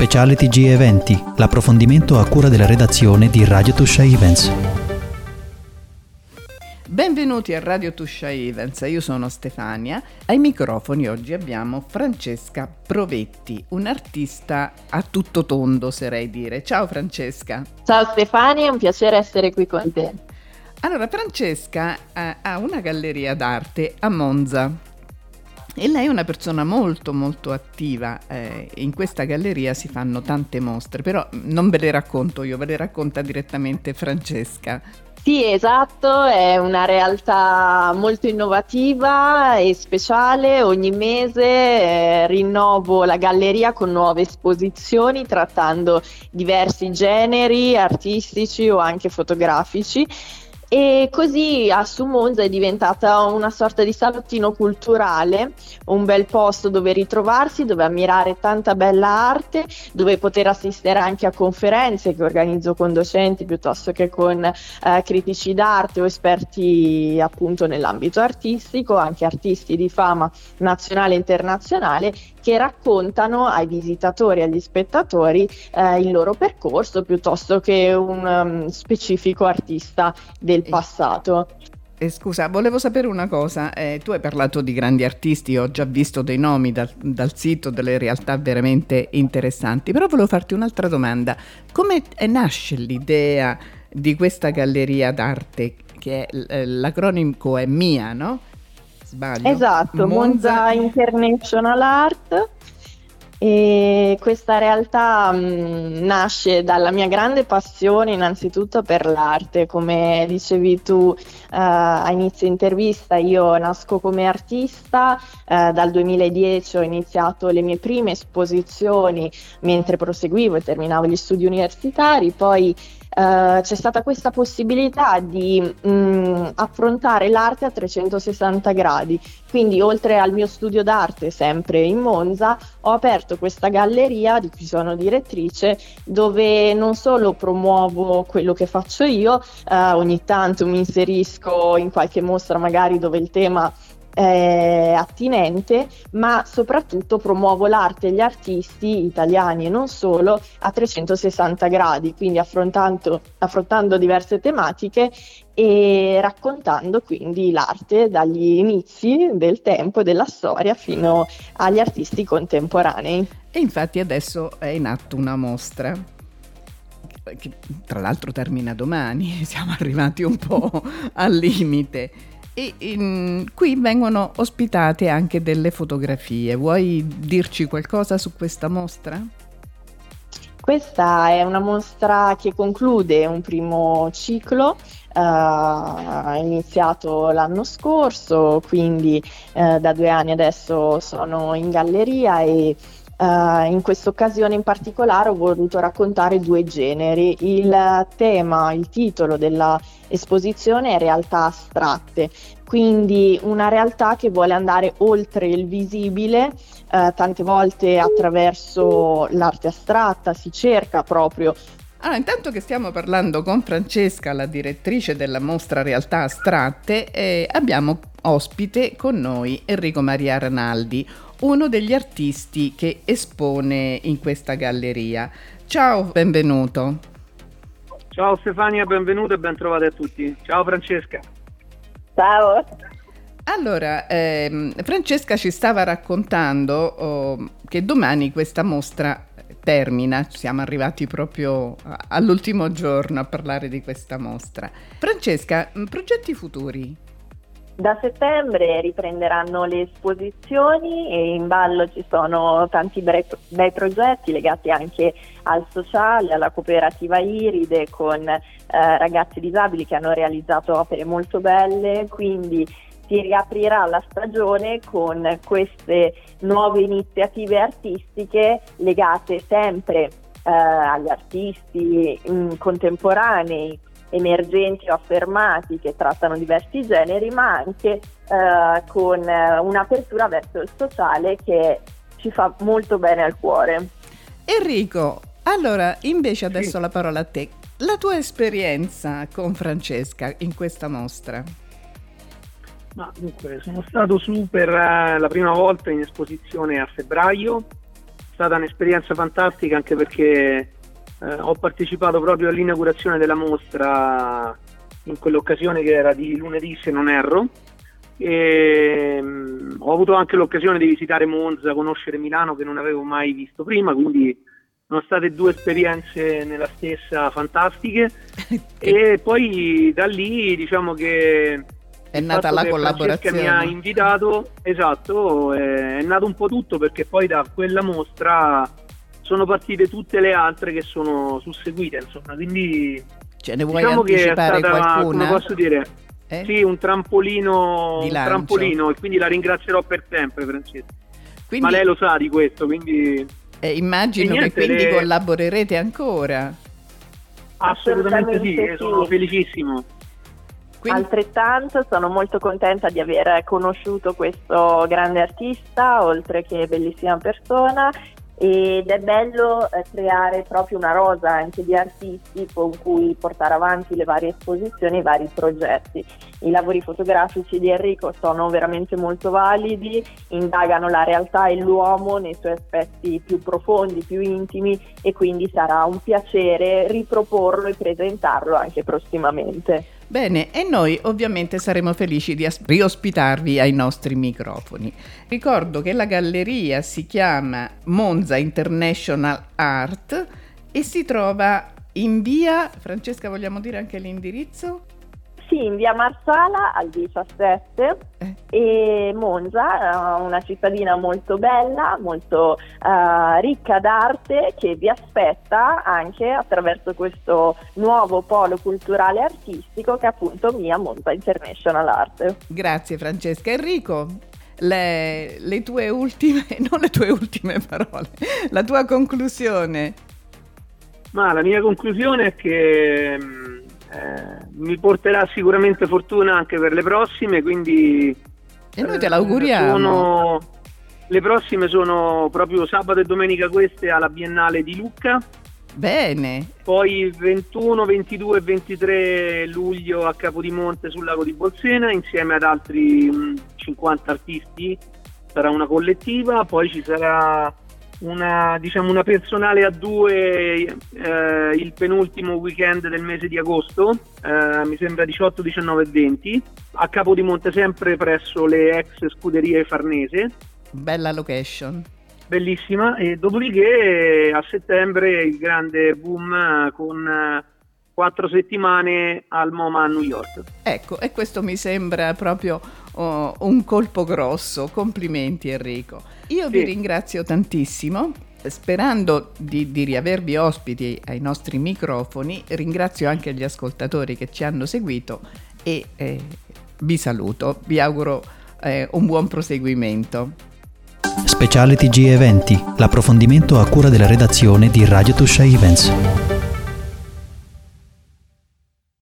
speciale TG Eventi, l'approfondimento a cura della redazione di Radio Tuscia Events. Benvenuti a Radio Tuscia Events, io sono Stefania. Ai microfoni oggi abbiamo Francesca Provetti, un'artista a tutto tondo, oserei dire. Ciao Francesca. Ciao Stefania, è un piacere essere qui con te. Allora, Francesca ha una galleria d'arte a Monza e lei è una persona molto attiva. In questa galleria si fanno tante mostre, però non ve le racconto io, ve le racconta direttamente Francesca. Sì, esatto, è una realtà molto innovativa e speciale. Ogni mese rinnovo la galleria con nuove esposizioni trattando diversi generi artistici o anche fotografici. E così su Monza è diventata una sorta di salottino culturale, un bel posto dove ritrovarsi, dove ammirare tanta bella arte, dove poter assistere anche a conferenze che organizzo con docenti piuttosto che con critici d'arte o esperti appunto nell'ambito artistico, anche artisti di fama nazionale e internazionale che raccontano ai visitatori e agli spettatori il loro percorso piuttosto che un specifico artista del passato. Scusa, volevo sapere una cosa, tu hai parlato di grandi artisti, ho già visto dei nomi dal sito, delle realtà veramente interessanti, però volevo farti un'altra domanda. Come nasce l'idea di questa galleria d'arte, che l'acronimo è MIA, no? Sbaglio? Esatto, Monza International Art. E questa realtà nasce dalla mia grande passione innanzitutto per l'arte. Come dicevi tu a inizio intervista, io nasco come artista, dal 2010 ho iniziato le mie prime esposizioni mentre proseguivo e terminavo gli studi universitari, poi c'è stata questa possibilità di affrontare l'arte a 360 gradi, quindi oltre al mio studio d'arte sempre in Monza ho aperto questa galleria di cui sono direttrice, dove non solo promuovo quello che faccio io, ogni tanto mi inserisco in qualche mostra magari dove il tema attinente, ma soprattutto promuovo l'arte e gli artisti italiani e non solo a 360 gradi, quindi affrontando diverse tematiche e raccontando quindi l'arte dagli inizi del tempo e della storia fino agli artisti contemporanei. E infatti adesso è in atto una mostra che tra l'altro termina domani, siamo arrivati un po' al limite. E qui vengono ospitate anche delle fotografie. Vuoi dirci qualcosa su questa mostra? Questa è una mostra che conclude un primo ciclo, iniziato l'anno scorso, quindi da 2 anni adesso sono in galleria e in questa occasione in particolare ho voluto raccontare 2 generi. Il titolo della esposizione è realtà astratte, quindi una realtà che vuole andare oltre il visibile. Tante volte attraverso l'arte astratta si cerca proprio. Allora, intanto che stiamo parlando con Francesca, la direttrice della mostra Realtà Astratte, abbiamo ospite con noi Enrico Maria Arnaldi, uno degli artisti che espone in questa galleria. Ciao, benvenuto. Ciao Stefania, benvenuto e ben trovati a tutti. Ciao Francesca. Ciao. Allora, Francesca ci stava raccontando che domani questa mostra termina, siamo arrivati proprio all'ultimo giorno a parlare di questa mostra. Francesca, progetti futuri? Da settembre riprenderanno le esposizioni e in ballo ci sono tanti bei progetti legati anche al sociale, alla cooperativa Iride con ragazzi disabili che hanno realizzato opere molto belle, quindi si riaprirà la stagione con queste nuove iniziative artistiche legate sempre agli artisti contemporanei, emergenti o affermati che trattano diversi generi, ma anche con un'apertura verso il sociale che ci fa molto bene al cuore. Enrico, allora invece adesso la parola a te. La tua esperienza con Francesca in questa mostra? Ma dunque, sono stato su per la prima volta in esposizione a febbraio stata un'esperienza fantastica, anche perché ho partecipato proprio all'inaugurazione della mostra in quell'occasione, che era di lunedì se non erro, e ho avuto anche l'occasione di visitare Monza, conoscere Milano che non avevo mai visto prima, quindi sono state 2 esperienze nella stessa fantastiche. E poi da lì diciamo che è nata la collaborazione. Mi ha invitato, esatto, è nato un po' tutto, perché poi da quella mostra sono partite tutte le altre che sono susseguite, insomma, quindi ce ne vuoi diciamo anticipare che è stata, qualcuna? come posso dire, sì, un trampolino, e quindi la ringrazierò per sempre, Francesca. Quindi, ma lei lo sa di questo, quindi immagino che quindi collaborerete ancora. Assolutamente sì, sono felicissimo. Quindi... Altrettanto sono molto contenta di aver conosciuto questo grande artista, oltre che bellissima persona, ed è bello creare proprio una rosa anche di artisti con cui portare avanti le varie esposizioni, i vari progetti. I lavori fotografici di Enrico sono veramente molto validi, indagano la realtà e l'uomo nei suoi aspetti più profondi, più intimi, e quindi sarà un piacere riproporlo e presentarlo anche prossimamente. Bene, e noi ovviamente saremo felici di riospitarvi ai nostri microfoni. Ricordo che la galleria si chiama Monza International Art e si trova in via, Francesca, vogliamo dire anche l'indirizzo? Sì, in via Marsala al 17 e Monza, una cittadina molto bella, molto ricca d'arte, che vi aspetta anche attraverso questo nuovo polo culturale e artistico che è appunto Mia Monza International Art. Grazie Francesca. Enrico, le tue ultime, non le tue ultime parole, la tua conclusione. Ma la mia conclusione è che mi porterà sicuramente fortuna anche per le prossime, quindi e noi te l'auguriamo. Le prossime sono proprio sabato e domenica queste alla Biennale di Lucca. Bene. Poi 21, 22 e 23 luglio a Capodimonte sul lago di Bolsena, insieme ad altri 50 artisti, sarà una collettiva. Poi ci sarà una personale a 2 il penultimo weekend del mese di agosto, mi sembra 18, 19 e 20, a Capodimonte, sempre presso le ex scuderie Farnese. Bella location, bellissima. E dopodiché a settembre il grande boom con 4 settimane al MoMA a New York. Ecco, e questo mi sembra proprio un colpo grosso. Complimenti Enrico. Io vi ringrazio tantissimo, sperando di riavervi ospiti ai nostri microfoni. Ringrazio anche gli ascoltatori che ci hanno seguito e vi saluto, vi auguro un buon proseguimento. Speciale TG Eventi, l'approfondimento a cura della redazione di Radio Tuscia Events.